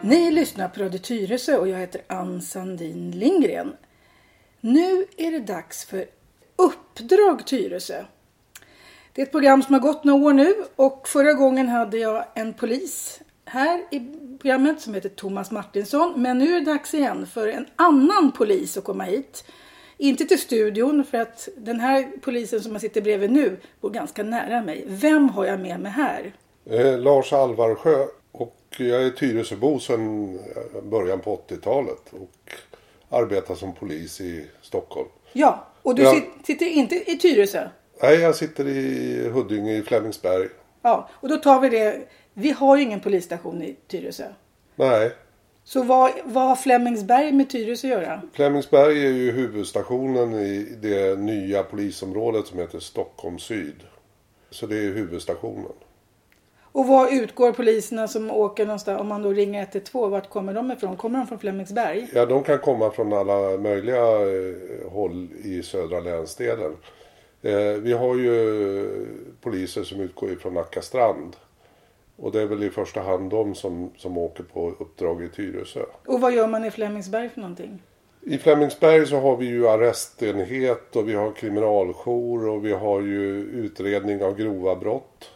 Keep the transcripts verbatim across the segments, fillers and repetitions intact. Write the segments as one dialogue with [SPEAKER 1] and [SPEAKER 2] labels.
[SPEAKER 1] Ni lyssnar på Radio Tyresö och jag heter Ann Sandin Lindgren. Nu är det dags för Uppdrag Tyresö. Det är ett program som har gått några år nu och förra gången hade jag en polis här i programmet som heter Thomas Martinsson. Men nu är det dags igen för en annan polis att komma hit. Inte till studion för att den här polisen som jag sitter bredvid nu bor ganska nära mig. Vem har jag med mig här?
[SPEAKER 2] Eh, Lars Alvarsjö. Och jag är Tyresöbo sedan början på åttiotalet och arbetar som polis i Stockholm.
[SPEAKER 1] Ja, och du jag... sitter inte i Tyresö?
[SPEAKER 2] Nej, jag sitter i Huddinge i Flemingsberg.
[SPEAKER 1] Ja, och då tar vi det. Vi har ju ingen polisstation i Tyresö.
[SPEAKER 2] Nej.
[SPEAKER 1] Så vad, vad har Flemingsberg med Tyresö att göra?
[SPEAKER 2] Flemingsberg är ju huvudstationen i det nya polisområdet som heter Stockholm Syd. Så det är huvudstationen.
[SPEAKER 1] Och var utgår poliserna som åker någonstans? Om man då ringer ett ett två, vart kommer de ifrån? Kommer de från Flemingsberg?
[SPEAKER 2] Ja, de kan komma från alla möjliga eh, håll i södra länsdelen. Eh, vi har ju poliser som utgår ifrån Nacka strand. Och det är väl i första hand de som, som åker på uppdrag i Tyresö.
[SPEAKER 1] Och vad gör man i Flemingsberg för någonting?
[SPEAKER 2] I Flemingsberg så har vi ju arrestenhet och vi har kriminaljour och vi har ju utredning av grova brott.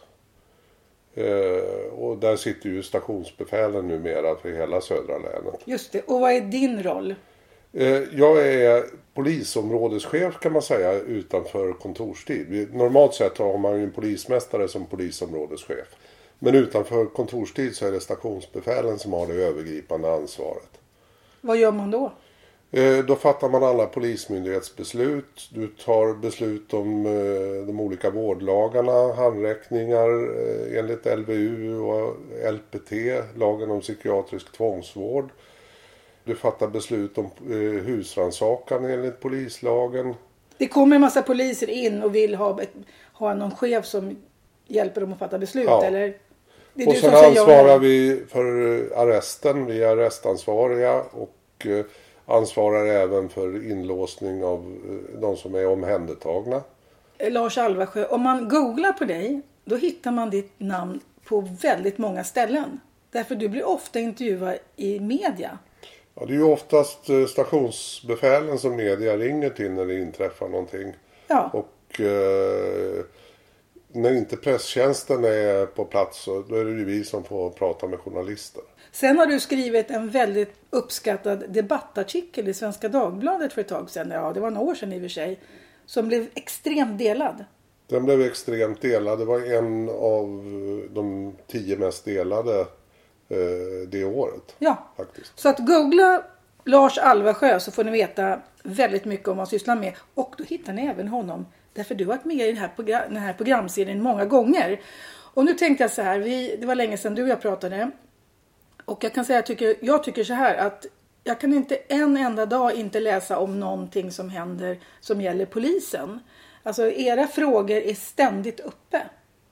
[SPEAKER 2] Eh, och där sitter ju stationsbefälen numera för hela södra länet.
[SPEAKER 1] Just det. Och vad är din roll?
[SPEAKER 2] Eh, jag är polisområdeschef kan man säga utanför kontorstid. Vi, normalt sett har man ju en polismästare som polisområdeschef. Men utanför kontorstid så är det stationsbefälen som har det övergripande ansvaret.
[SPEAKER 1] Vad gör man då?
[SPEAKER 2] Eh, då fattar man alla polismyndighetsbeslut. Du tar beslut om eh, de olika vårdlagarna, handräckningar eh, enligt L V U och L P T, lagen om psykiatrisk tvångsvård. Du fattar beslut om eh, husrannsakan enligt polislagen.
[SPEAKER 1] Det kommer en massa poliser in och vill ha, ett, ha någon chef som hjälper dem att fatta beslut, ja. Eller? Det är
[SPEAKER 2] och
[SPEAKER 1] du
[SPEAKER 2] sen
[SPEAKER 1] som
[SPEAKER 2] ansvarar
[SPEAKER 1] jag...
[SPEAKER 2] vi för arresten, vi är arrestansvariga och eh, ansvarar även för inlåsning av de som är omhändertagna.
[SPEAKER 1] Lars Alvarsjö, om man googlar på dig, då hittar man ditt namn på väldigt många ställen. Därför du blir ofta intervjuad i media.
[SPEAKER 2] Ja, det är ju oftast stationsbefälen som media ringer till när det inträffar någonting.
[SPEAKER 1] Ja.
[SPEAKER 2] Och eh, när inte presstjänsten är på plats så då är det ju vi som får prata med journalister.
[SPEAKER 1] Sen har du skrivit en väldigt uppskattad debattartikel i Svenska Dagbladet för ett tag sedan. Ja, det var några år sedan i och för sig. Som blev extremt delad.
[SPEAKER 2] Den blev extremt delad. Det var en av de tio mest delade eh, det året.
[SPEAKER 1] Ja,
[SPEAKER 2] faktiskt.
[SPEAKER 1] Så att googla Lars Alvarsjö så får ni veta väldigt mycket om vad han sysslar med. Och då hittar ni även honom. Därför du har varit med i den här, program, den här programserien många gånger. Och nu tänkte jag så här. Vi, det var länge sedan du och jag pratade. Och jag kan säga, jag tycker, jag tycker så här att jag kan inte en enda dag inte läsa om någonting som händer som gäller polisen. Alltså era frågor är ständigt uppe.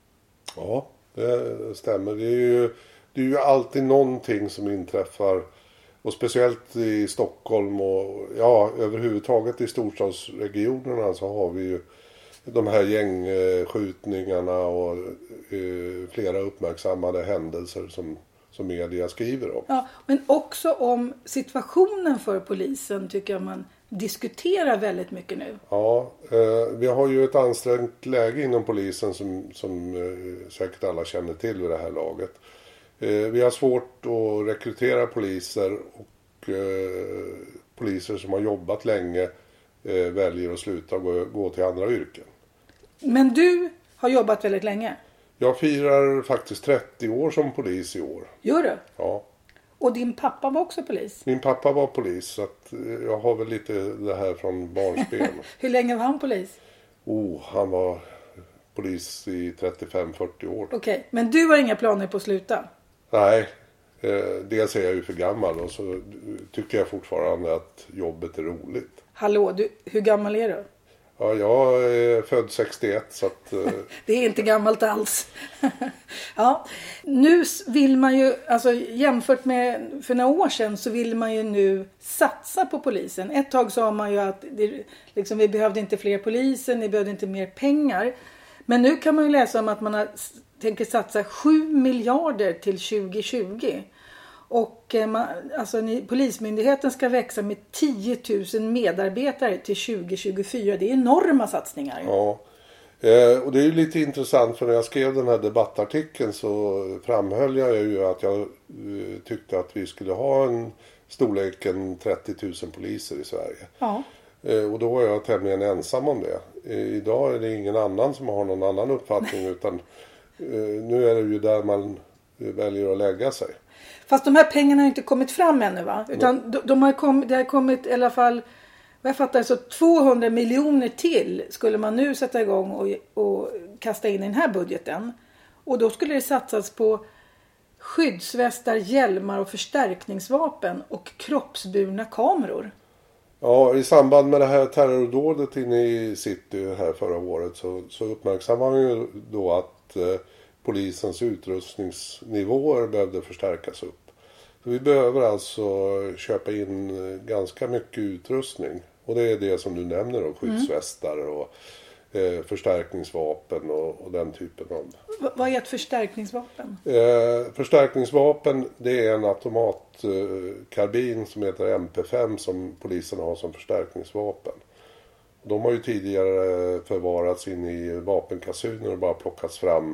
[SPEAKER 2] Ja, det stämmer. Det är ju, det är ju alltid någonting som inträffar. Och speciellt i Stockholm och ja, överhuvudtaget i storstadsregionerna så har vi ju de här gängskjutningarna och eh, flera uppmärksammade händelser som som media skriver om.
[SPEAKER 1] Ja, men också om situationen för polisen tycker jag man diskuterar väldigt mycket nu.
[SPEAKER 2] Ja, eh, vi har ju ett ansträngt läge inom polisen som, som eh, säkert alla känner till vid det här laget. Eh, vi har svårt att rekrytera poliser och eh, poliser som har jobbat länge eh, väljer att sluta och gå, gå till andra yrken.
[SPEAKER 1] Men du har jobbat väldigt länge.
[SPEAKER 2] Jag firar faktiskt trettio år som polis i år.
[SPEAKER 1] Gör du?
[SPEAKER 2] Ja.
[SPEAKER 1] Och din pappa var också polis?
[SPEAKER 2] Min pappa var polis så att jag har väl lite det här från barnsben.
[SPEAKER 1] Hur länge var han polis?
[SPEAKER 2] Oh, han var polis i trettiofem fyrtio år.
[SPEAKER 1] Okej, okay. Men du har inga planer på att sluta?
[SPEAKER 2] Nej, eh, dels är jag ju för gammal och så tycker jag fortfarande att jobbet är roligt.
[SPEAKER 1] Hallå, du, hur gammal är du?
[SPEAKER 2] Ja, jag är född sextioett så att... Eh...
[SPEAKER 1] det är inte gammalt alls. Ja, nu vill man ju, alltså jämfört med för några år sedan så vill man ju nu satsa på polisen. Ett tag sa man ju att det, liksom, vi behövde inte fler poliser, ni behövde inte mer pengar. Men nu kan man ju läsa om att man har, tänker satsa sju miljarder till tjugo tjugo. Och eh, man, alltså, ni, Polismyndigheten ska växa med tio tusen medarbetare till tjugo tjugofyra. Det är enorma satsningar.
[SPEAKER 2] Ja, eh, och det är ju lite intressant, för när jag skrev den här debattartikeln så framhöll jag ju att jag eh, tyckte att vi skulle ha en storleken trettio tusen poliser i Sverige.
[SPEAKER 1] Ja.
[SPEAKER 2] Eh, och då var jag tämligen ensam om det. Eh, idag är det ingen annan som har någon annan uppfattning utan eh, nu är det ju där man väljer att lägga sig.
[SPEAKER 1] Fast de här pengarna har inte kommit fram ännu, va? Utan de, de har kommit, det har kommit i alla fall, vad jag fattar, så tvåhundra miljoner till skulle man nu sätta igång och, och kasta in i den här budgeten. Och då skulle det satsas på skyddsvästar, hjälmar och förstärkningsvapen och kroppsburna kameror.
[SPEAKER 2] Ja, i samband med det här terrordådet inne i city här förra året så, så uppmärksammar man ju då att eh, polisens utrustningsnivåer behövde förstärkas upp. Så vi behöver alltså köpa in ganska mycket utrustning. Och det är det som du nämner då, skyddsvästar och eh, förstärkningsvapen och, och den typen av.
[SPEAKER 1] V- vad är ett förstärkningsvapen?
[SPEAKER 2] Eh, förstärkningsvapen, det är en automatkarbin eh, som heter M P fem som polisen har som förstärkningsvapen. De har ju tidigare förvarats in i vapenkassuner och bara plockats fram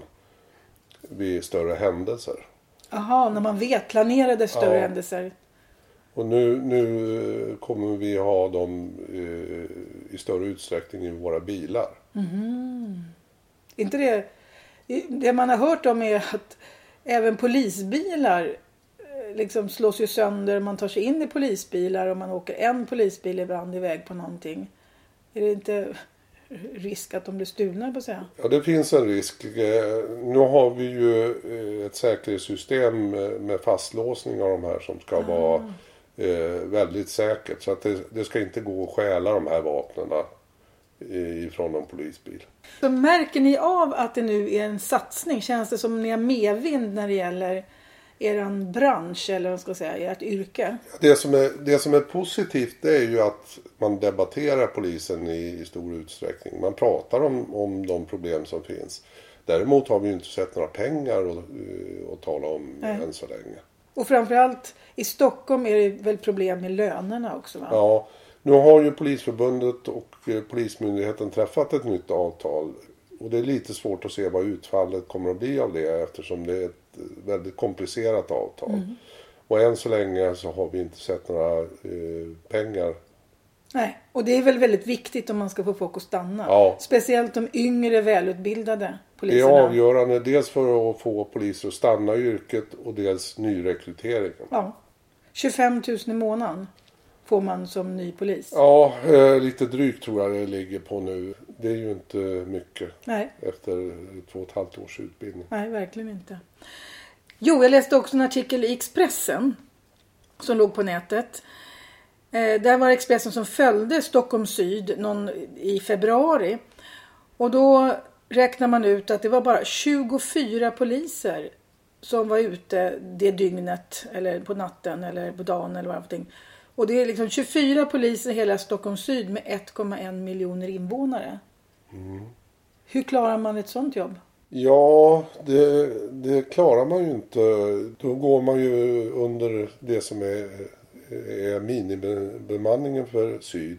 [SPEAKER 2] vid större händelser.
[SPEAKER 1] Jaha, när man vet planerade större
[SPEAKER 2] Ja.
[SPEAKER 1] händelser.
[SPEAKER 2] Och nu, nu kommer vi ha dem eh, i större utsträckning i våra bilar.
[SPEAKER 1] Mm. Inte det, det man har hört om är att även polisbilar eh, liksom slås ju sönder. Man tar sig in i polisbilar och man åker en polisbil ibland iväg på någonting. Är det inte risk att de blir stulna, på att säga?
[SPEAKER 2] Ja, det finns en risk. Eh, nu har vi ju eh, ett säkerhetssystem med, med fastlåsning av de här som ska ah. vara eh, väldigt säkert. Så att det, det ska inte gå att stjäla de här vapnen ifrån en polisbil.
[SPEAKER 1] Så märker ni av att det nu är en satsning? Känns det som ni har medvind när det gäller er bransch eller vad ska jag säga, ert yrke?
[SPEAKER 2] Det som är, det som är positivt, det är ju att man debatterar polisen i, i stor utsträckning. Man pratar om, om de problem som finns. Däremot har vi ju inte sett några pengar att, att tala om Nej. än så länge.
[SPEAKER 1] Och framförallt i Stockholm är det väl problem med lönerna också, va?
[SPEAKER 2] Ja, nu har ju Polisförbundet och Polismyndigheten träffat ett nytt avtal. Och det är lite svårt att se vad utfallet kommer att bli av det eftersom det är ett väldigt komplicerat avtal. Mm. Och än så länge så har vi inte sett några eh, pengar.
[SPEAKER 1] Nej, och det är väl väldigt viktigt om man ska få folk att stanna.
[SPEAKER 2] Ja.
[SPEAKER 1] Speciellt de yngre välutbildade poliserna.
[SPEAKER 2] Det är avgörande dels för att få poliser att stanna i yrket och dels nyrekryteringen.
[SPEAKER 1] Ja, tjugofem tusen i månaden får man som ny polis.
[SPEAKER 2] Ja, eh, lite drygt tror jag det ligger på nu. Det är ju inte mycket.
[SPEAKER 1] Nej.
[SPEAKER 2] Efter två och ett halvt års utbildning.
[SPEAKER 1] Nej, verkligen inte. Jo, jag läste också en artikel i Expressen som låg på nätet. Eh, där var Expressen som följde Stockholm Syd någon, i februari. Och då räknar man ut att det var bara tjugofyra poliser som var ute det dygnet eller på natten eller på dagen eller vad det var. Och det är liksom tjugofyra poliser i hela Stockholm Syd med ett komma en miljoner invånare. Mm. Hur klarar man ett sånt jobb?
[SPEAKER 2] Ja, det, det klarar man ju inte. Då går man ju under det som är, är minimibemanningen för Syd.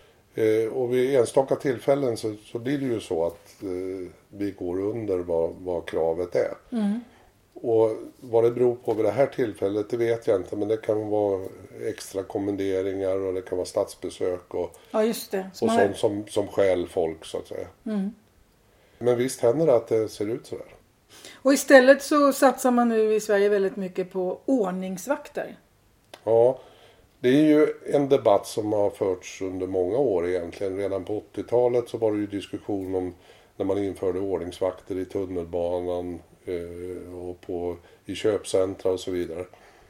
[SPEAKER 2] Eh, och vid enstaka tillfällen så, så blir det ju så att eh, vi går under vad, vad kravet är. Mm. Och vad det beror på vid det här tillfället, det vet jag inte. Men det kan vara extra kommenderingar och det kan vara statsbesök och,
[SPEAKER 1] ja, just det.
[SPEAKER 2] och sånt som, som skäl folk så att säga. Mm. Men visst händer det att det ser ut så där.
[SPEAKER 1] Och istället så satsar man nu i Sverige väldigt mycket på ordningsvakter.
[SPEAKER 2] Ja, det är ju en debatt som har förts under många år egentligen. Redan på åttiotalet så var det ju diskussion om när man införde ordningsvakter i tunnelbanan och på, i köpcentra och så vidare.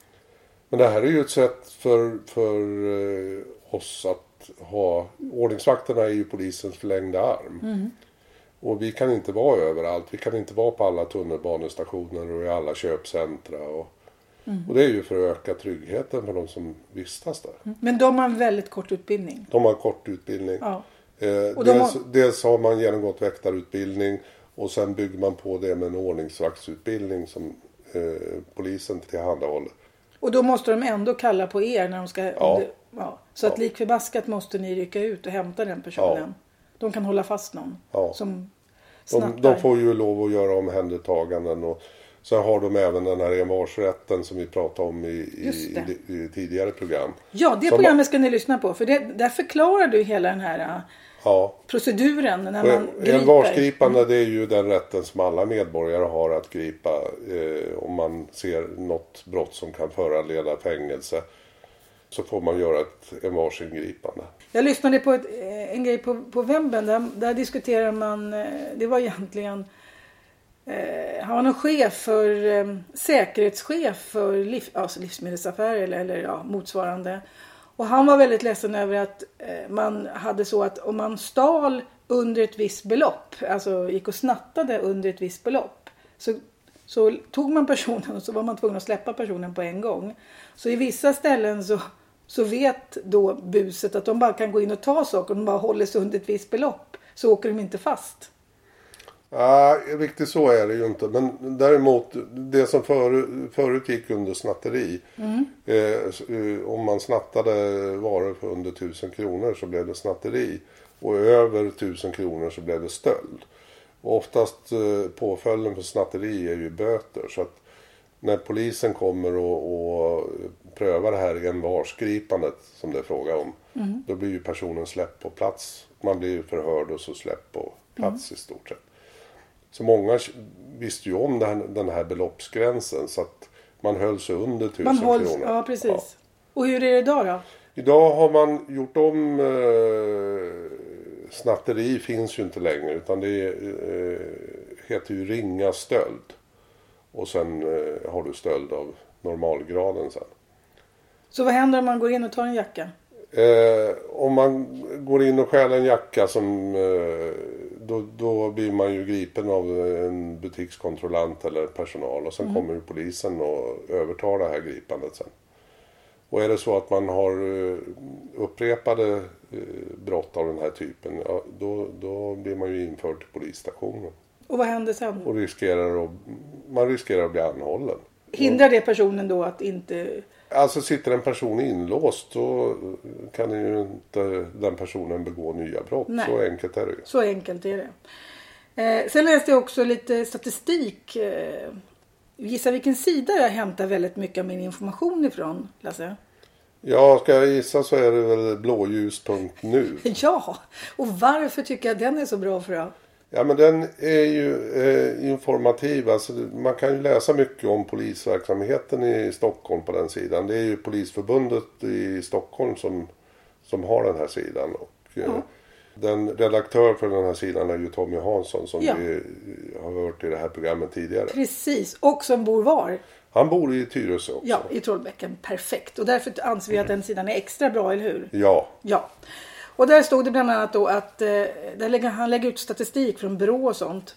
[SPEAKER 2] Men det här är ju ett sätt för, för oss att ha... Ordningsvakterna är ju polisens förlängda arm. Mm. Och vi kan inte vara överallt. Vi kan inte vara på alla tunnelbanestationer och i alla köpcentra. Och, mm. och det är ju för att öka tryggheten för de som vistas där. Mm.
[SPEAKER 1] Men de har en väldigt kort utbildning.
[SPEAKER 2] De har kort utbildning. Ja. Eh,
[SPEAKER 1] och
[SPEAKER 2] dels,
[SPEAKER 1] har...
[SPEAKER 2] dels har man genomgått väktarutbildning. Och sen bygger man på det med en ordningsvaktsutbildning som eh, polisen tillhandahåller.
[SPEAKER 1] Och då måste de ändå kalla på er när de ska...
[SPEAKER 2] Ja.
[SPEAKER 1] Ja. Så att
[SPEAKER 2] Ja.
[SPEAKER 1] likförbaskat måste ni rycka ut och hämta den personen.
[SPEAKER 2] Ja.
[SPEAKER 1] De kan hålla fast någon
[SPEAKER 2] Ja.
[SPEAKER 1] som
[SPEAKER 2] De,
[SPEAKER 1] snattar.
[SPEAKER 2] de får ju lov att göra omhändertaganden och sen har de även den här envarsrätten som vi pratade om i, i,
[SPEAKER 1] Just det.
[SPEAKER 2] i, i tidigare program.
[SPEAKER 1] Ja, det
[SPEAKER 2] Som-
[SPEAKER 1] programmet ska ni lyssna på. För det, där förklarar du hela den här äh,
[SPEAKER 2] Ja.
[SPEAKER 1] proceduren när man
[SPEAKER 2] Och
[SPEAKER 1] griper.
[SPEAKER 2] envarsgripande det är ju den rätten som alla medborgare har att gripa eh, om man ser något brott som kan föranleda fängelse. Så får man göra ett envarsingripande.
[SPEAKER 1] Jag lyssnade på ett, eh, en grej på, på webben. Där, där diskuterar man, eh, det var egentligen, eh, han var någon chef för, eh, säkerhetschef för liv, alltså livsmedelsaffärer eller, eller ja, motsvarande. Och han var väldigt ledsen över att eh, man hade så att om man stal under ett visst belopp, alltså gick och snattade under ett visst belopp, så, så tog man personen och så var man tvungen att släppa personen på en gång. Så i vissa ställen så, så vet då buset att de bara kan gå in och ta saker och de bara håller sig under ett visst belopp, så åker de inte fast.
[SPEAKER 2] Ja, riktigt så är det ju inte. Men däremot, det som för, förut gick under snatteri.
[SPEAKER 1] Mm.
[SPEAKER 2] Eh, så, eh, om man snattade varor för under tusen kronor så blev det snatteri. Och över tusen kronor så blev det stöld. Och oftast eh, påföljden för snatteri är ju böter. Så att när polisen kommer och, och prövar det här envarsgripandet som det är fråga om. Mm. Då blir ju personen släppt på plats. Man blir förhörd och så släppt på plats mm. i stort sett. Så många visste ju om den här, den här beloppsgränsen så att man höll sig under tusen
[SPEAKER 1] Man hålls,
[SPEAKER 2] kronor.
[SPEAKER 1] ja precis.
[SPEAKER 2] Ja.
[SPEAKER 1] Och hur är det idag då?
[SPEAKER 2] Idag har man gjort om eh, snatteri finns ju inte längre utan det eh, heter ju ringa stöld. Och sen eh, har du stöld av normalgraden sen.
[SPEAKER 1] Så vad händer om man går in och tar en jacka?
[SPEAKER 2] Eh, om man går in och stjäl en jacka som eh, då, då blir man ju gripen av en butikskontrollant eller personal och sen mm. kommer ju polisen och övertar det här gripandet sen. Och är det så att man har eh, upprepade eh, brott av den här typen, ja, då, då blir man ju införd till polisstationen.
[SPEAKER 1] Och vad händer sen?
[SPEAKER 2] Och riskerar att, man riskerar att bli anhållen.
[SPEAKER 1] Hindrar det personen då att inte...
[SPEAKER 2] Alltså sitter en person inlåst så kan ju inte den personen begå nya brott.
[SPEAKER 1] Nej.
[SPEAKER 2] Så enkelt är det ju.
[SPEAKER 1] Så enkelt är det. Eh, sen läste jag också lite statistik. Eh, gissa vilken sida jag hämtar väldigt mycket av min information ifrån, Lasse?
[SPEAKER 2] Ja, ska jag gissa så är det väl blåljus punkt nu.
[SPEAKER 1] Ja, och varför tycker jag den är så bra för då?
[SPEAKER 2] Ja, men den är ju eh, informativ. Alltså, man kan ju läsa mycket om polisverksamheten i Stockholm på den sidan. Det är ju Polisförbundet i Stockholm som, som har den här sidan. Och, eh,
[SPEAKER 1] ja.
[SPEAKER 2] Den redaktör för den här sidan är ju Tommy Hansson som
[SPEAKER 1] ja.
[SPEAKER 2] vi har hört i det här programmet tidigare.
[SPEAKER 1] Precis, och som bor var?
[SPEAKER 2] Han bor i Tyresö också.
[SPEAKER 1] Ja, i Trollbäcken. Perfekt. Och därför anser vi att den sidan är extra bra, eller hur?
[SPEAKER 2] Ja.
[SPEAKER 1] Ja. Och där stod det bland annat då att eh, där lägger, han lägger ut statistik från Brå och sånt.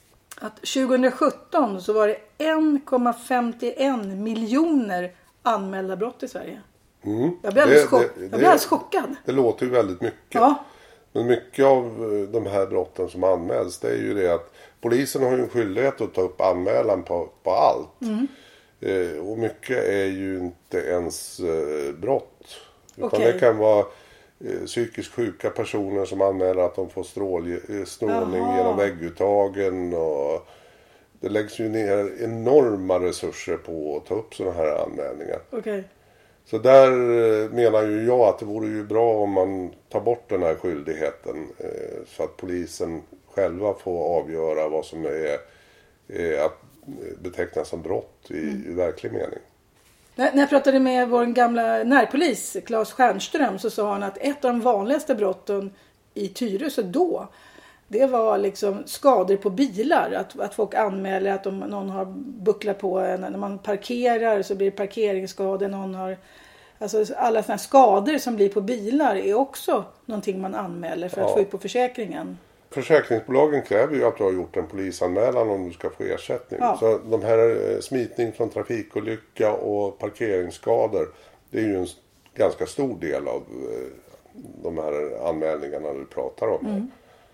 [SPEAKER 1] Att tjugohundrasjutton så var det en komma femtioen miljoner anmälda brott i Sverige.
[SPEAKER 2] Mm.
[SPEAKER 1] Jag blir alldeles,
[SPEAKER 2] det,
[SPEAKER 1] chock,
[SPEAKER 2] det,
[SPEAKER 1] jag
[SPEAKER 2] det,
[SPEAKER 1] blir alldeles chockad.
[SPEAKER 2] Det låter ju väldigt mycket.
[SPEAKER 1] Ja.
[SPEAKER 2] Men mycket av de här brotten som anmäls, det är ju det att polisen har ju en skyldighet att ta upp anmälan på, på allt. Mm. Eh, och mycket är ju inte ens eh, brott. Utan
[SPEAKER 1] okay.
[SPEAKER 2] det kan vara eh, psykiskt sjuka personer som anmäler att de får strål, eh, strålning Aha. genom vägguttagen. Och det läggs ju ner enorma resurser på att ta upp sådana här anmälningar.
[SPEAKER 1] Okay.
[SPEAKER 2] Så där menar ju jag att det vore ju bra om man tar bort den här skyldigheten. Eh, så att polisen själva får avgöra vad som är eh, att betecknas som brott i, mm. i verklig mening.
[SPEAKER 1] När, när jag pratade med vår gamla närpolis, Claes Stjernström, så sa han att ett av de vanligaste brotten i Tyresö då, det var liksom skador på bilar. Att, att folk anmäler att om någon har bucklat på en, när man parkerar så blir det parkeringsskador. Någon har, alltså alla såna här skador som blir på bilar är också någonting man anmäler för att ja. få ut på försäkringen.
[SPEAKER 2] Försäkringsbolagen kräver ju att du har gjort en polisanmälan om du ska få ersättning. Ja. Så de här smitning från trafikolycka och parkeringsskador, det är ju en ganska stor del av de här anmälningarna du pratar om.
[SPEAKER 1] Mm.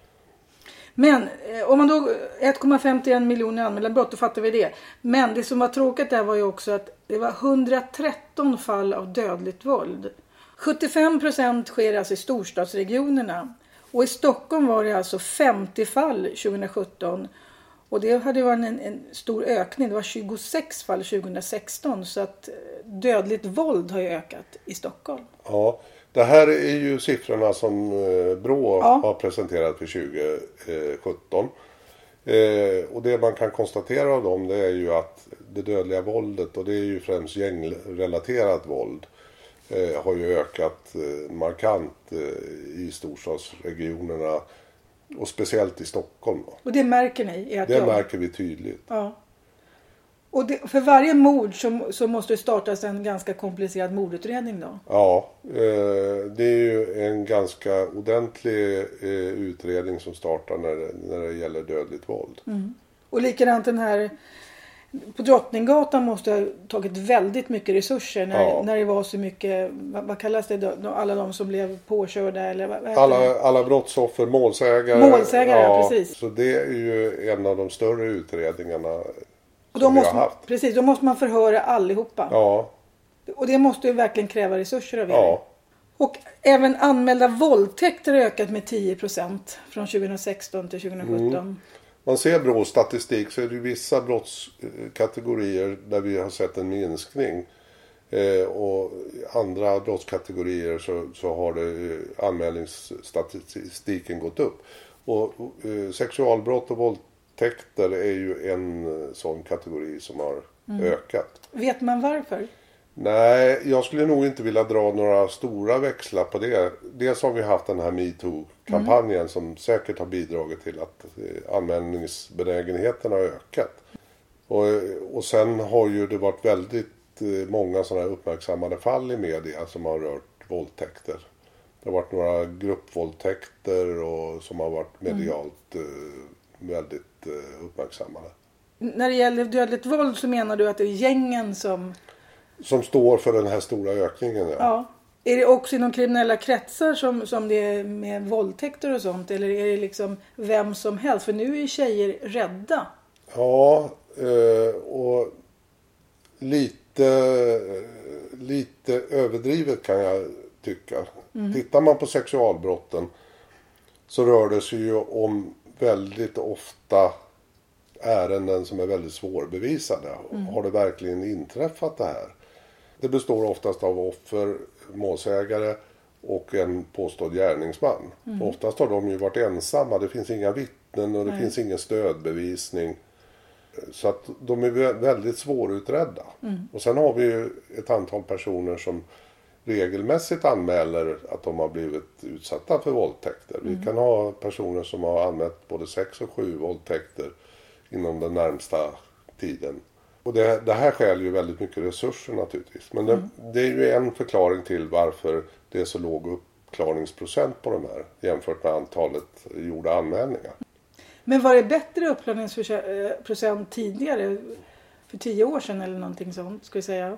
[SPEAKER 1] Men eh, om man då ett komma femtioen miljoner anmälda brott, då fattar vi det. Men det som var tråkigt där var ju också att Det var hundratretton fall av dödligt våld. sjuttiofem procent sker alltså i storstadsregionerna. Och i Stockholm var det alltså femtio fall tjugohundrasjutton. Och det hade varit en, en stor ökning. Det var tjugosex fall tjugohundrasexton. Så att dödligt våld har ju ökat i Stockholm.
[SPEAKER 2] Ja, det här är ju siffrorna som Brå
[SPEAKER 1] ja.
[SPEAKER 2] har presenterat för tjugosjutton. Eh, och det man kan konstatera av dem, det är ju att det dödliga våldet, och det är ju främst gängrelaterat våld, eh, har ju ökat eh, markant eh, i storstadsregionerna och speciellt i Stockholm. Då.
[SPEAKER 1] Och det märker ni? I att
[SPEAKER 2] det
[SPEAKER 1] jag...
[SPEAKER 2] märker vi tydligt.
[SPEAKER 1] Ja. Och det, för varje mord så, så måste det startas en ganska komplicerad mordutredning då?
[SPEAKER 2] Ja, eh, det är ju en ganska ordentlig eh, utredning som startar när det, när det gäller dödligt våld.
[SPEAKER 1] Mm. Och likadant den här på Drottninggatan måste ha tagit väldigt mycket resurser när,
[SPEAKER 2] ja.
[SPEAKER 1] när det var så mycket, vad, vad kallas det då? Alla de som blev påkörda eller vad, vad
[SPEAKER 2] alla, alla brottsoffer, målsägare.
[SPEAKER 1] Målsägare, ja, precis.
[SPEAKER 2] Så det är ju en av de större utredningarna.
[SPEAKER 1] Och då måste, man, precis, då måste man förhöra allihopa.
[SPEAKER 2] Ja.
[SPEAKER 1] Och det måste ju verkligen kräva resurser av er.
[SPEAKER 2] Ja.
[SPEAKER 1] Och även anmälda våldtäkter har ökat med tio procent från tjugohundrasexton till tjugohundrasjutton. Mm.
[SPEAKER 2] Man ser Brås statistik så är det vissa brottskategorier där vi har sett en minskning. Eh, och andra brottskategorier så, så har det, anmälningsstatistiken gått upp. Och eh, sexualbrott och våldtäkter Täkter är ju en sån kategori som har mm. ökat.
[SPEAKER 1] Vet man varför?
[SPEAKER 2] Nej, jag skulle nog inte vilja dra några stora växlar på det. Dels har vi haft den här MeToo-kampanjen mm. som säkert har bidragit till att anmälningsbenägenheten har ökat. Och, och sen har ju det varit väldigt många sådana här uppmärksammade fall i media som har rört våldtäkter. Det har varit några gruppvåldtäkter och som har varit medialt mm. väldigt uppmärksammade.
[SPEAKER 1] När det gäller dödligt våld så menar du att det är gängen som...
[SPEAKER 2] Som står för den här stora ökningen, ja.
[SPEAKER 1] Ja. Är det också inom kriminella kretsar som, som det är med våldtäkter och sånt? Eller är det liksom vem som helst? För nu är ju tjejer rädda.
[SPEAKER 2] Ja, och lite, lite överdrivet kan jag tycka. Mm. Tittar man på sexualbrotten så rör det sig ju om väldigt ofta ärenden som är väldigt svårbevisade. Mm. Har det verkligen inträffat det här? Det består oftast av offer, målsägare och en påstådd gärningsman. Mm. Oftast har de ju varit ensamma. Det finns inga vittnen och det Nej. finns ingen stödbevisning. Så att de är väldigt svårutredda. Mm. Och sen har vi ju ett antal personer som regelmässigt anmäler att de har blivit utsatta för våldtäkter. Mm. Vi kan ha personer som har anmält både sex och sju våldtäkter inom den närmsta tiden. Och det, det här skäl ju väldigt mycket resurser naturligtvis. Men mm. det, det är ju en förklaring till varför det är så låg uppklaringsprocent på de här jämfört med antalet gjorda anmälningar. Men
[SPEAKER 1] var det bättre uppklaringsprocent tidigare? För tio år sedan eller någonting sånt, ska vi säga?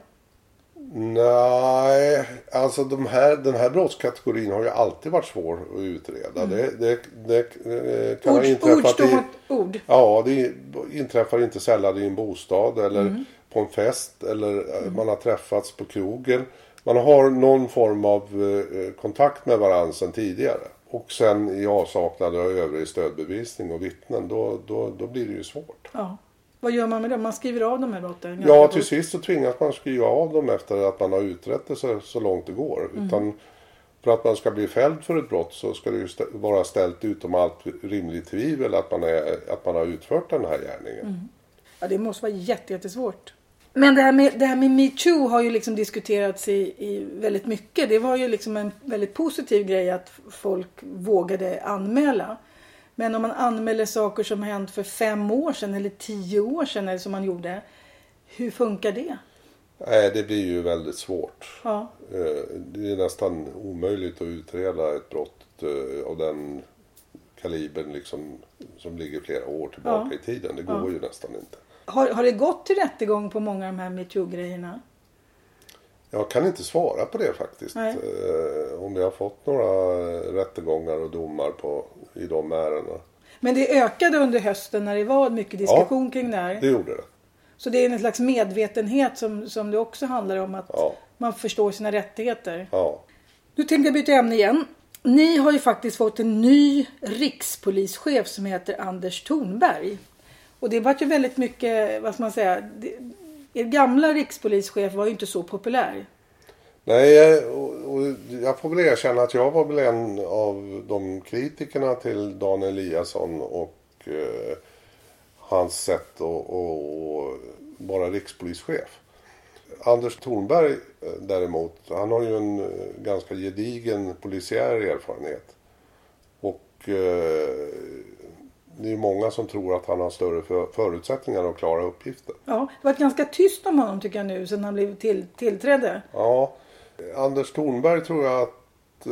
[SPEAKER 2] Nej, alltså de här, den här brottskategorin har ju alltid varit svår att utreda. Mm. Det, det, det kan
[SPEAKER 1] ord,
[SPEAKER 2] ha inträffat
[SPEAKER 1] ord
[SPEAKER 2] i,
[SPEAKER 1] ord.
[SPEAKER 2] Ja, det inträffar inte sällan i en bostad eller mm. på en fest eller mm. man har träffats på krogen. Man har någon form av eh, kontakt med varandra sedan tidigare. Och sen i avsaknad av övrig stödbevisning och vittnen, då, då, då blir det ju svårt.
[SPEAKER 1] Ja. Vad gör man med det? Man skriver av de här brotten?
[SPEAKER 2] Ja, till sist så tvingas man skriva av dem efter att man har utrett det så, så långt det går. Mm. Utan för att man ska bli fälld för ett brott så ska det ju st- vara ställt utom allt rimligt tvivel att man, är, att man har utfört den här gärningen. Mm.
[SPEAKER 1] Ja, det måste vara jättesvårt. Men det här med, det här med MeToo har ju liksom diskuterats i, i väldigt mycket. Det var ju liksom en väldigt positiv grej att folk vågade anmäla. Men om man anmäler saker som hänt för fem år sedan eller tio år sedan eller som man gjorde, hur funkar det?
[SPEAKER 2] Nej, det blir ju väldigt svårt.
[SPEAKER 1] Ja.
[SPEAKER 2] Det är nästan omöjligt att utreda ett brott av den kalibern liksom, som ligger flera år tillbaka ja. i tiden. Det går ja. ju nästan inte.
[SPEAKER 1] Har, har det gått till rättegång på många av de här MeToo-grejerna?
[SPEAKER 2] Jag kan inte svara på det faktiskt. Nej. Om vi har fått några rättegångar och domar på, i de ärendena.
[SPEAKER 1] Men det ökade under hösten när det var mycket diskussion ja, kring det här.
[SPEAKER 2] det gjorde det.
[SPEAKER 1] Så det är en slags medvetenhet som, som det också handlar om att
[SPEAKER 2] Ja.
[SPEAKER 1] man förstår sina rättigheter.
[SPEAKER 2] Ja.
[SPEAKER 1] Nu tänkte jag byta ämne igen. Ni har ju faktiskt fått en ny rikspolischef som heter Anders Thornberg. Och det var ju väldigt mycket, vad ska man säga, det, er gamla rikspolischef var ju inte så populär.
[SPEAKER 2] Nej, och, och jag får väl erkänna att jag var väl en av de kritikerna till Dan Eliasson och eh, hans sätt att, att vara rikspolischef. Anders Thornberg däremot, han har ju en ganska gedigen polisiär erfarenhet. Och eh, det är många som tror att han har större för, förutsättningar att klara uppgiften.
[SPEAKER 1] Ja, det har varit ganska tyst om honom tycker jag nu sedan han blev till, tillträdde.
[SPEAKER 2] Ja, Anders Thornberg tror jag att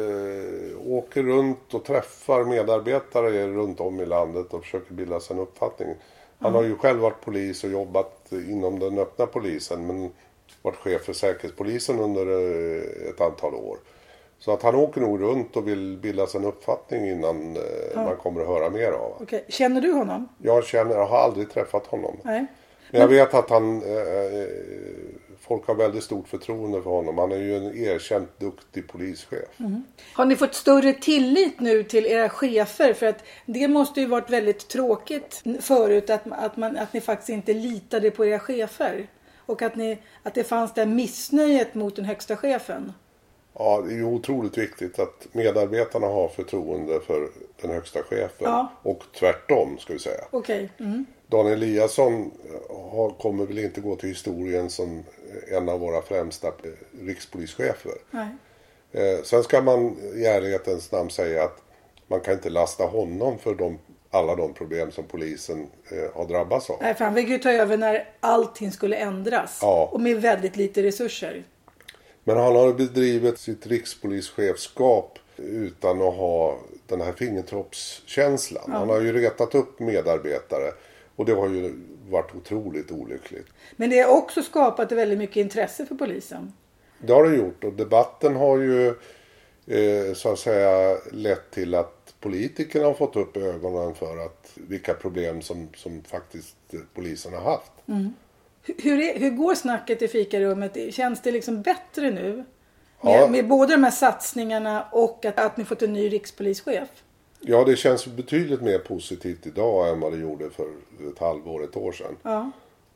[SPEAKER 2] eh, åker runt och träffar medarbetare runt om i landet och försöker bilda sig en uppfattning. Han har ju själv varit polis och jobbat inom den öppna polisen men varit chef för säkerhetspolisen under ett antal år. Så att han åker nog runt och vill bilda sig en uppfattning innan ja. man kommer att höra mer av.
[SPEAKER 1] Okej. Känner du honom?
[SPEAKER 2] Jag känner, jag har aldrig träffat honom.
[SPEAKER 1] Nej.
[SPEAKER 2] Men jag vet att han, eh, folk har väldigt stort förtroende för honom. Han är ju en erkänt duktig polischef.
[SPEAKER 1] Mm. Har ni fått större tillit nu till era chefer? För att det måste ju varit väldigt tråkigt förut att, att, man, att ni faktiskt inte litade på era chefer. Och att, ni, att det fanns det missnöjet mot den högsta chefen.
[SPEAKER 2] Ja, det är ju otroligt viktigt att medarbetarna har förtroende för den högsta chefen. Ja. Och tvärtom ska vi säga.
[SPEAKER 1] Okej. Mm.
[SPEAKER 2] Dan Eliasson har, kommer väl inte gå till historien som en av våra främsta rikspolischefer.
[SPEAKER 1] Nej.
[SPEAKER 2] Eh, sen ska man i ärlighetens namn säga att man kan inte lasta honom för de, alla de problem som polisen eh, har drabbats av.
[SPEAKER 1] Nej, för han fick ju ta över när allting skulle ändras. Ja. Och med väldigt lite resurser.
[SPEAKER 2] Men han har bedrivit sitt rikspolischefskap utan att ha den här fingertoppskänslan. Ja. Han har ju retat upp medarbetare och det har ju varit otroligt olyckligt.
[SPEAKER 1] Men det har också skapat väldigt mycket intresse för polisen.
[SPEAKER 2] Det har det gjort och debatten har ju eh, så att säga lett till att politikerna har fått upp ögonen för att vilka problem som, som faktiskt polisen har haft. Mm.
[SPEAKER 1] Hur, är, hur går snacket i fikarummet? Känns det liksom bättre nu? Med, ja. med både de här satsningarna och att, att ni fått en ny rikspolischef?
[SPEAKER 2] Ja, det känns betydligt mer positivt idag än vad det gjorde för ett halvår, ett år sedan.
[SPEAKER 1] Ja.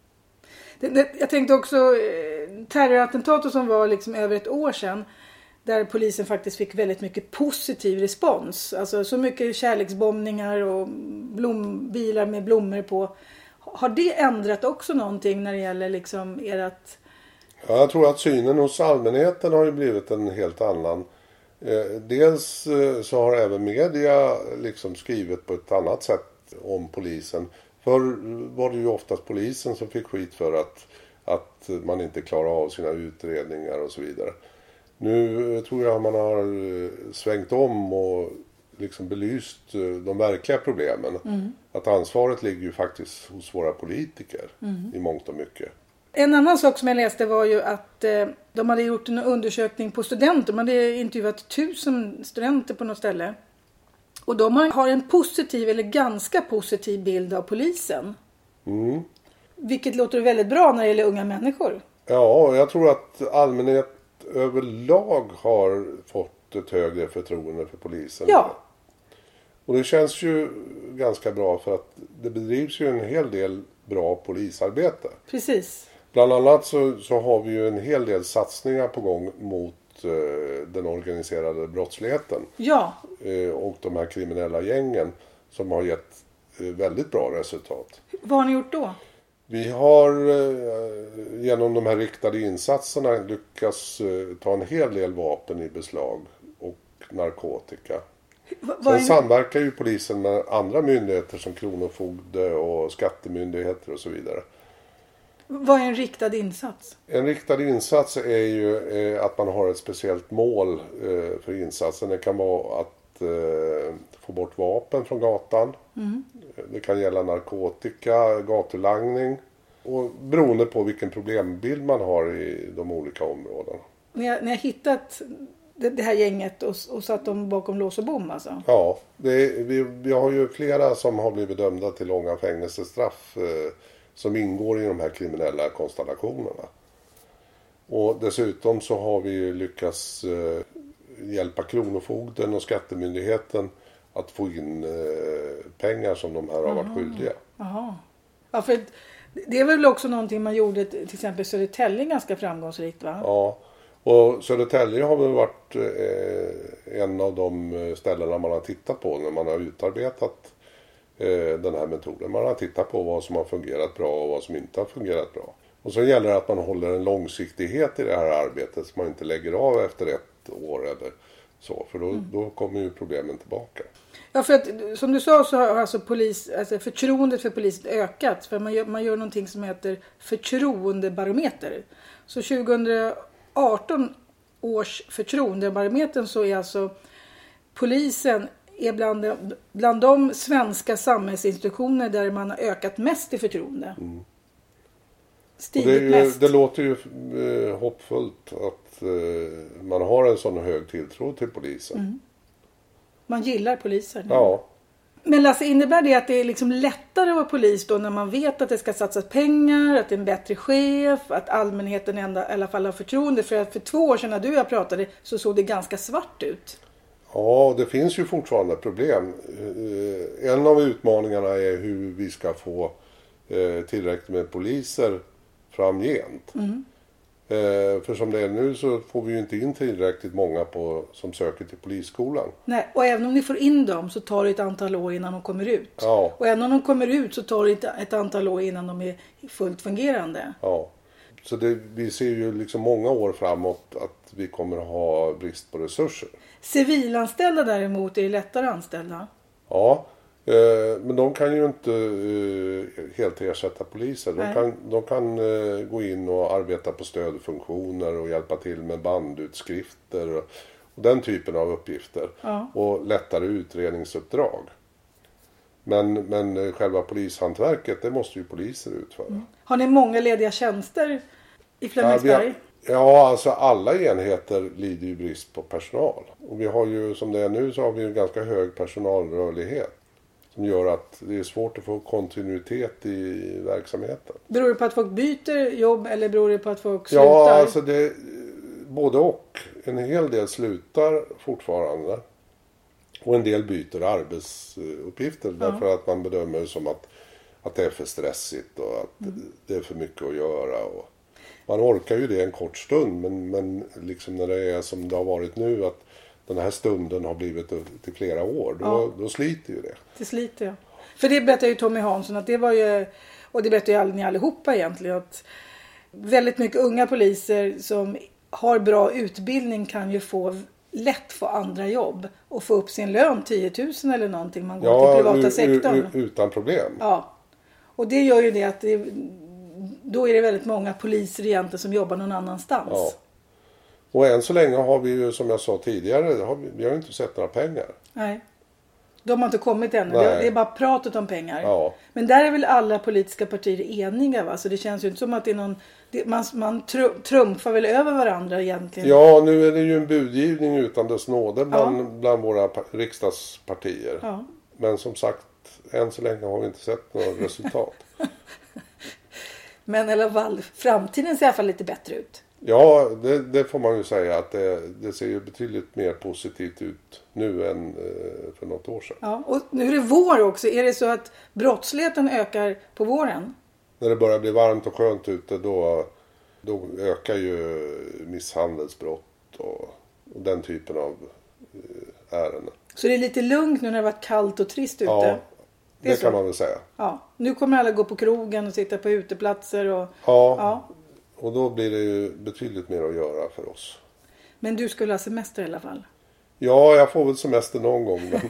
[SPEAKER 1] Det, det, jag tänkte också terrorattentatet som var liksom över ett år sedan. Där polisen faktiskt fick väldigt mycket positiv respons. Alltså så mycket kärleksbombningar och blombilar med blommor på. Har det ändrat också någonting när det gäller liksom ert...
[SPEAKER 2] Ja, jag tror att synen hos allmänheten har ju blivit en helt annan. Eh, dels eh, så har även media liksom skrivit på ett annat sätt om polisen. Förr var det ju oftast polisen som fick skit för att, att man inte klarar av sina utredningar och så vidare. Nu tror jag man har svängt om och liksom belyst de verkliga problemen. Mm. Att ansvaret ligger ju faktiskt hos våra politiker mm. i mångt och mycket.
[SPEAKER 1] En annan sak som jag läste var ju att eh, de hade gjort en undersökning på studenter. De hade intervjuat tusen studenter på något ställe. Och de har, har en positiv eller ganska positiv bild av polisen. Mm. Vilket låter väldigt bra när det gäller unga människor.
[SPEAKER 2] Ja, jag tror att allmänhet överlag har fått ett högre förtroende för polisen.
[SPEAKER 1] Ja.
[SPEAKER 2] Och det känns ju ganska bra för att det bedrivs ju en hel del bra polisarbete.
[SPEAKER 1] Precis.
[SPEAKER 2] Bland annat så, så har vi ju en hel del satsningar på gång mot eh, den organiserade brottsligheten.
[SPEAKER 1] Ja.
[SPEAKER 2] Eh, och de här kriminella gängen som har gett eh, väldigt bra resultat.
[SPEAKER 1] Vad har ni gjort då?
[SPEAKER 2] Vi har eh, genom de här riktade insatserna lyckats eh, ta en hel del vapen i beslag och narkotika. Va, Sen en... samverkar ju polisen med andra myndigheter som kronofogde och skattemyndigheter och så vidare.
[SPEAKER 1] Vad är en riktad insats?
[SPEAKER 2] En riktad insats är ju eh, att man har ett speciellt mål eh, för insatsen. Det kan vara att eh, få bort vapen från gatan. Mm. Det kan gälla narkotika, gatulangning. Och beroende på vilken problembild man har i de olika områdena.
[SPEAKER 1] Ni har, ni har hittat det, det här gänget och, och satt dem bakom lås och bom alltså?
[SPEAKER 2] Ja, det, vi, vi har ju flera som har blivit dömda till långa fängelsestraff. Eh, som ingår i de här kriminella konstellationerna. Och dessutom så har vi ju lyckats eh, hjälpa Kronofogden och Skattemyndigheten att få in eh, pengar som de här har varit skyldiga.
[SPEAKER 1] Jaha. Ja, för det är väl också någonting man gjorde till exempel Södertälje ganska framgångsrikt, va?
[SPEAKER 2] Ja, och Södertälje har väl varit eh, en av de ställena man har tittat på när man har utarbetat eh, den här metoden. Man har tittat på vad som har fungerat bra och vad som inte har fungerat bra. Och så gäller det att man håller en långsiktighet i det här arbetet så man inte lägger av efter ett år eller så. För då, mm. då kommer ju problemen tillbaka.
[SPEAKER 1] Ja, för att som du sa så har alltså, polis, alltså förtroendet för polisen ökat. För man gör, man gör någonting som heter förtroendebarometer. Så tjugo arton års förtroendebarometern så är alltså polisen är bland de, bland de svenska samhällsinstitutioner där man har ökat mest i förtroende. Mm.
[SPEAKER 2] Stigit det, är ju, mest. Det låter ju eh, hoppfullt att eh, man har en sån hög tilltro till polisen. Mm.
[SPEAKER 1] Man gillar polisen.
[SPEAKER 2] Ja.
[SPEAKER 1] Men Lasse, innebär det att det är liksom lättare att vara polis då när man vet att det ska satsas pengar, att det är en bättre chef, att allmänheten ända, i alla fall har förtroende? För att för två år sedan när du och jag pratade så såg det ganska svart ut.
[SPEAKER 2] Ja, det finns ju fortfarande problem. En av utmaningarna är hur vi ska få tillräckligt med poliser framgent. Mm. Eh, för som det är nu så får vi ju inte in tillräckligt många på, som söker till polisskolan.
[SPEAKER 1] Nej, och även om ni får in dem så tar det ett antal år innan de kommer ut.
[SPEAKER 2] Ja.
[SPEAKER 1] Och även om de kommer ut så tar det ett, ett antal år innan de är fullt fungerande.
[SPEAKER 2] Ja, så det, vi ser ju liksom många år framåt att vi kommer ha brist på resurser.
[SPEAKER 1] Civilanställda däremot är lättare anställda.
[SPEAKER 2] Ja. Men de kan ju inte helt ersätta poliser. De kan, de kan gå in och arbeta på stödfunktioner och hjälpa till med bandutskrifter och den typen av uppgifter. Ja. Och lättare utredningsuppdrag. Men, men själva polishantverket, det måste ju poliser utföra. Mm.
[SPEAKER 1] Har ni många lediga tjänster i Flemingsberg?
[SPEAKER 2] Ja, ja, alltså alla enheter lider ju brist på personal. Och vi har ju, som det är nu, så har vi en ganska hög personalrörlighet. Som gör att det är svårt att få kontinuitet i verksamheten.
[SPEAKER 1] Beror det på att folk byter jobb eller beror det på att folk slutar?
[SPEAKER 2] Ja, alltså det både och. En hel del slutar fortfarande. Och en del byter arbetsuppgifter. Ja. Därför att man bedömer det som att, att det är för stressigt och att mm. det är för mycket att göra. Och man orkar ju det en kort stund. Men, men liksom när det är som det har varit nu att den här stunden har blivit till flera år. Då, ja. då sliter ju det.
[SPEAKER 1] Det sliter, ja. För det berättade ju Tommy Hansson att det var ju, och det berättade ju ni allihopa egentligen, att väldigt mycket unga poliser som har bra utbildning kan ju få lätt få andra jobb och få upp sin lön tio tusen eller någonting. Man går ja, till privata u- sektorn.
[SPEAKER 2] U- utan problem.
[SPEAKER 1] Ja. Och det gör ju det att det, då är det väldigt många poliser egentligen som jobbar någon annanstans.
[SPEAKER 2] Ja. Och än så länge har vi ju, som jag sa tidigare, har vi, vi har inte sett några pengar.
[SPEAKER 1] Nej. De har inte kommit ännu.
[SPEAKER 2] Nej.
[SPEAKER 1] Det är bara pratet om pengar.
[SPEAKER 2] Ja.
[SPEAKER 1] Men där är väl alla politiska partier eniga, va? Så det känns ju inte som att det är någon... Det, man man tr- trumfar väl över varandra egentligen.
[SPEAKER 2] Ja, nu är det ju en budgivning utan dess nåde bland, ja. bland våra pa- riksdagspartier. Ja. Men som sagt, än så länge har vi inte sett några resultat.
[SPEAKER 1] Men i alla fall, framtiden ser i alla fall lite bättre ut.
[SPEAKER 2] Ja, det, det får man ju säga att det, det ser ju betydligt mer positivt ut nu än eh, för något år sedan.
[SPEAKER 1] Ja, och nu är det vår också. Är det så att brottsligheten ökar på våren?
[SPEAKER 2] När det börjar bli varmt och skönt ute då, då ökar ju misshandelsbrott och, och den typen av eh, ärenden.
[SPEAKER 1] Så det är lite lugnt nu när det har varit kallt och trist ute?
[SPEAKER 2] Ja, det, det kan
[SPEAKER 1] så.
[SPEAKER 2] man väl säga.
[SPEAKER 1] Ja, nu kommer alla gå på krogen och sitta på uteplatser och...
[SPEAKER 2] Ja. ja. Och då blir det ju betydligt mer att göra för oss.
[SPEAKER 1] Men du skulle ha semester i alla fall?
[SPEAKER 2] Ja, jag får väl semester någon gång. Men,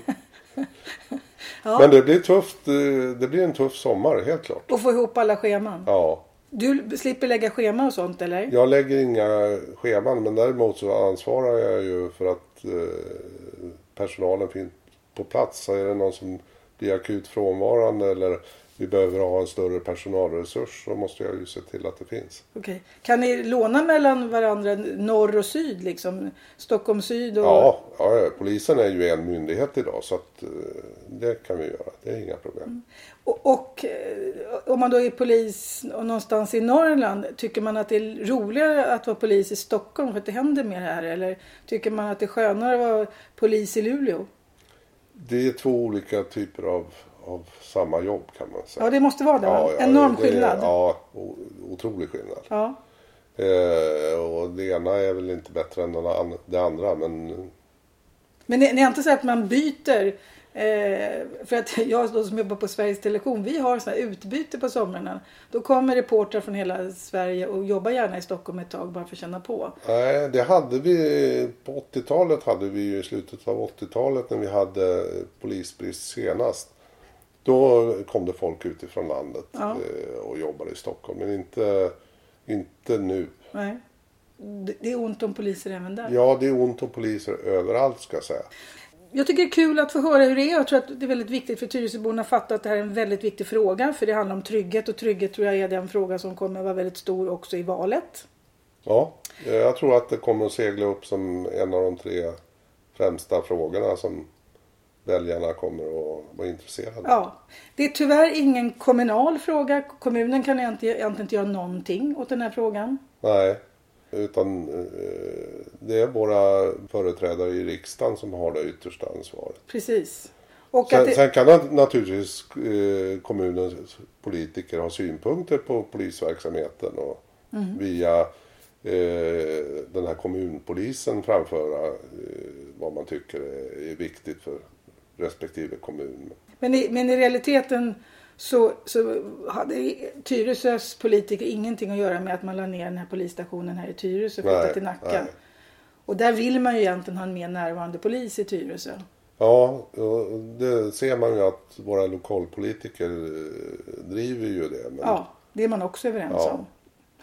[SPEAKER 2] ja. men det blir tufft. Det blir en tuff sommar, helt klart.
[SPEAKER 1] Och få ihop alla scheman?
[SPEAKER 2] Ja.
[SPEAKER 1] Du slipper lägga schema och sånt, eller?
[SPEAKER 2] Jag lägger inga scheman, men däremot så ansvarar jag ju för att eh, personalen finns på plats. Så är det någon som blir akut frånvarande eller vi behöver ha en större personalresurs, så måste jag ju se till att det finns.
[SPEAKER 1] Okej. Kan ni låna mellan varandra norr och syd, liksom Stockholm syd? Och...
[SPEAKER 2] Ja, ja, polisen är ju en myndighet idag, så att, det kan vi göra. Det är inga problem. Mm.
[SPEAKER 1] Och, och om man då är polis någonstans i Norrland, tycker man att det är roligare att vara polis i Stockholm för att det händer mer här? Eller tycker man att det är skönare att vara polis i Luleå?
[SPEAKER 2] Det är två olika typer av, av samma jobb, kan man säga.
[SPEAKER 1] Ja, det måste vara det.
[SPEAKER 2] Ja, ja,
[SPEAKER 1] enorm
[SPEAKER 2] det är,
[SPEAKER 1] skillnad.
[SPEAKER 2] Ja, otrolig skillnad.
[SPEAKER 1] Ja.
[SPEAKER 2] Eh, och det ena är väl inte bättre än det andra, men...
[SPEAKER 1] Men det är inte så att man byter... Eh, för att jag då som jobbar på Sveriges Television, vi har så här utbyte på somrarna. Då kommer reportrar från hela Sverige och jobbar gärna i Stockholm ett tag bara för att känna på.
[SPEAKER 2] Nej, det hade vi på åttiotalet, hade vi ju i slutet av åttiotalet när vi hade polisbrist senast. Då kom det folk utifrån landet ja. och jobbade i Stockholm, men inte, inte nu.
[SPEAKER 1] Nej. Det är ont om poliser även där.
[SPEAKER 2] Ja, det är ont om poliser överallt, ska jag säga.
[SPEAKER 1] Jag tycker det är kul att få höra hur det är. Jag tror att det är väldigt viktigt för Tyresöborna att fatta att det här är en väldigt viktig fråga. För det handlar om trygghet, och trygghet tror jag är den fråga som kommer att vara väldigt stor också i valet.
[SPEAKER 2] Ja, jag tror att det kommer att segla upp som en av de tre främsta frågorna som väljarna kommer att vara intresserade av.
[SPEAKER 1] Ja, det är tyvärr ingen kommunal fråga. Kommunen kan egentligen inte göra någonting åt den här frågan.
[SPEAKER 2] Nej. Utan det är våra företrädare i riksdagen som har det yttersta ansvaret.
[SPEAKER 1] Precis. Och
[SPEAKER 2] sen,
[SPEAKER 1] att det...
[SPEAKER 2] sen kan naturligtvis kommunens politiker ha synpunkter på polisverksamheten och mm. via eh, den här kommunpolisen framföra eh, vad man tycker är viktigt för respektive kommun.
[SPEAKER 1] Men i, men i realiteten Så, så hade Tyresös politiker ingenting att göra med att man la ner den här polisstationen här i Tyresö och flyttade till Nacka. Nej. Och där vill man ju egentligen ha en mer närvarande polis i Tyresö.
[SPEAKER 2] Ja, det ser man ju att våra lokalpolitiker driver ju det. Men...
[SPEAKER 1] Ja, det är man också överens
[SPEAKER 2] ja.
[SPEAKER 1] om.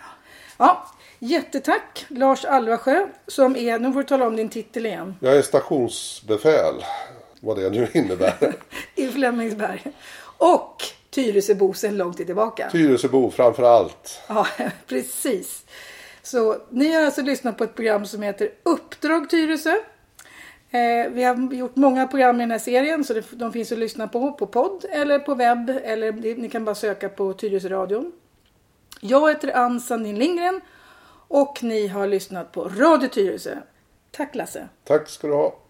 [SPEAKER 1] Ja, jättetack Lars Alvasjö som är, nu får du tala om din titel igen.
[SPEAKER 2] Jag är stationsbefäl, vad det nu innebär.
[SPEAKER 1] I Flemingsberg. Och Tyresöbo sedan långt tillbaka.
[SPEAKER 2] Tyresöbo framför allt.
[SPEAKER 1] Ja, precis. Så ni har alltså lyssnat på ett program som heter Uppdrag Tyresö. Eh, vi har gjort många program i den här serien, så det, de finns att lyssna på på podd eller på webb, eller ni kan bara söka på Tyresöradion. Jag heter Ann Sandin Lindgren och ni har lyssnat på Radio Tyresö. Tack Lasse.
[SPEAKER 2] Tack ska du ha.